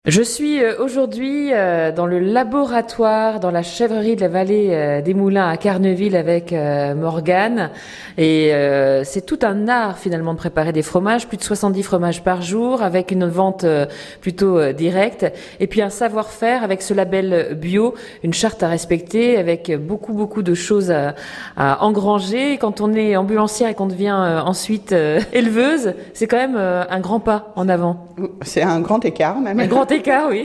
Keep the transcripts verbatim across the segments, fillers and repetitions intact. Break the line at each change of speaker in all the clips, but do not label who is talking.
Je suis aujourd'hui dans le laboratoire, dans la chèvrerie de la vallée des Moulins à Carneville avec Morgane. Et c'est tout un art finalement de préparer des fromages, plus de soixante-dix fromages par jour, avec une vente plutôt directe. Et puis un savoir-faire avec ce label bio, une charte à respecter, avec beaucoup beaucoup de choses à, à engranger. Et quand on est ambulancière et qu'on devient ensuite éleveuse, c'est quand même un grand pas en avant.
C'est un grand écart même.
Un grand écart, oui.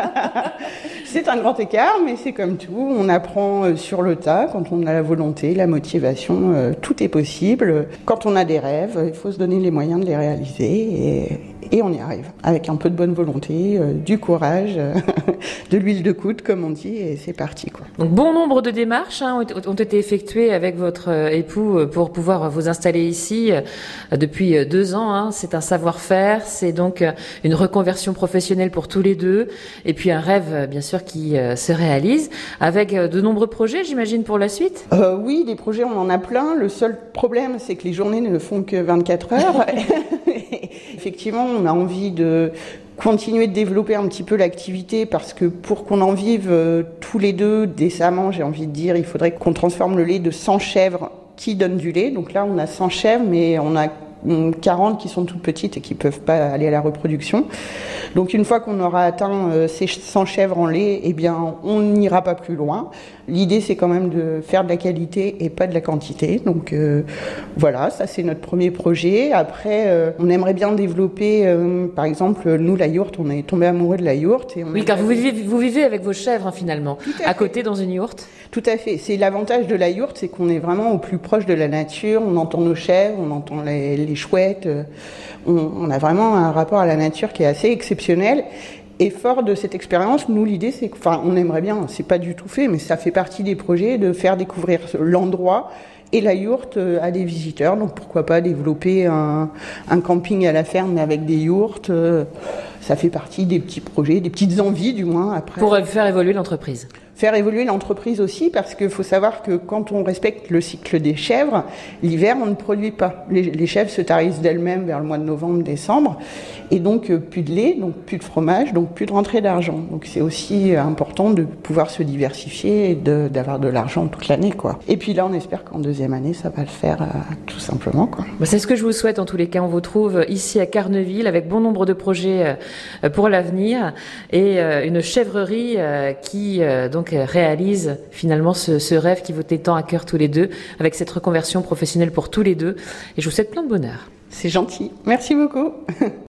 C'est un grand écart, mais c'est comme tout. On apprend sur le tas quand on a la volonté, la motivation. Euh, tout est possible. Quand on a des rêves, il faut se donner les moyens de les réaliser et, et on y arrive. Avec un peu de bonne volonté, euh, du courage, euh, de l'huile de coude, comme on dit, et c'est parti, quoi.
Donc, bon nombre de démarches hein, ont été effectuées avec votre époux pour pouvoir vous installer ici depuis deux ans. Hein. C'est un savoir-faire, c'est donc une reconversion professionnelle pour tous les deux, et puis un rêve, bien sûr, qui se réalise avec de nombreux projets, j'imagine, pour la suite.
Euh, oui, des projets, on en a plein. Le seul problème, c'est que les journées ne font que vingt-quatre heures. Effectivement, on a envie de continuer de développer un petit peu l'activité parce que pour qu'on en vive euh, tous les deux décemment, j'ai envie de dire, il faudrait qu'on transforme le lait de cent chèvres qui donnent du lait. Donc là, on a cent chèvres, mais on a quarante qui sont toutes petites et qui peuvent pas aller à la reproduction. Donc une fois qu'on aura atteint euh, ces cent chèvres en lait, eh bien on n'ira pas plus loin. L'idée c'est quand même de faire de la qualité et pas de la quantité. Donc euh, voilà, ça c'est notre premier projet. Après euh, on aimerait bien développer euh, par exemple nous la yourte, on est tombé amoureux de la yourte et on
Oui, car vous vivez, vous vivez avec vos chèvres hein, finalement, à, à côté dans une yourte.
Tout à fait. C'est l'avantage de la yourte, c'est qu'on est vraiment au plus proche de la nature. On entend nos chèvres, on entend les, les chouettes. On, on a vraiment un rapport à la nature qui est assez exceptionnel. Et fort de cette expérience, nous, l'idée, c'est que, enfin, on aimerait bien, c'est pas du tout fait, mais ça fait partie des projets de faire découvrir l'endroit et la yourte à des visiteurs. Donc, pourquoi pas développer un, un camping à la ferme, mais avec des yourtes. Ça fait partie des petits projets, des petites envies, du moins, après.
Pour faire évoluer l'entreprise.
Faire évoluer l'entreprise aussi, parce qu'il faut savoir que quand on respecte le cycle des chèvres, l'hiver, on ne produit pas. Les, les chèvres se tarissent d'elles-mêmes vers le mois de novembre, décembre, et donc euh, plus de lait, donc plus de fromage, donc plus de rentrée d'argent. Donc c'est aussi important de pouvoir se diversifier et de, d'avoir de l'argent toute l'année, quoi. Et puis là, on espère qu'en deuxième année, ça va le faire euh, tout simplement, quoi.
Bah, c'est ce que je vous souhaite en tous les cas. On vous trouve ici à Carneville avec bon nombre de projets euh, pour l'avenir et euh, une chèvrerie euh, qui euh, donc réalise finalement ce, ce rêve qui vous est tant à cœur tous les deux, avec cette reconversion professionnelle pour tous les deux. Et je vous souhaite plein de bonheur.
C'est gentil. Merci beaucoup.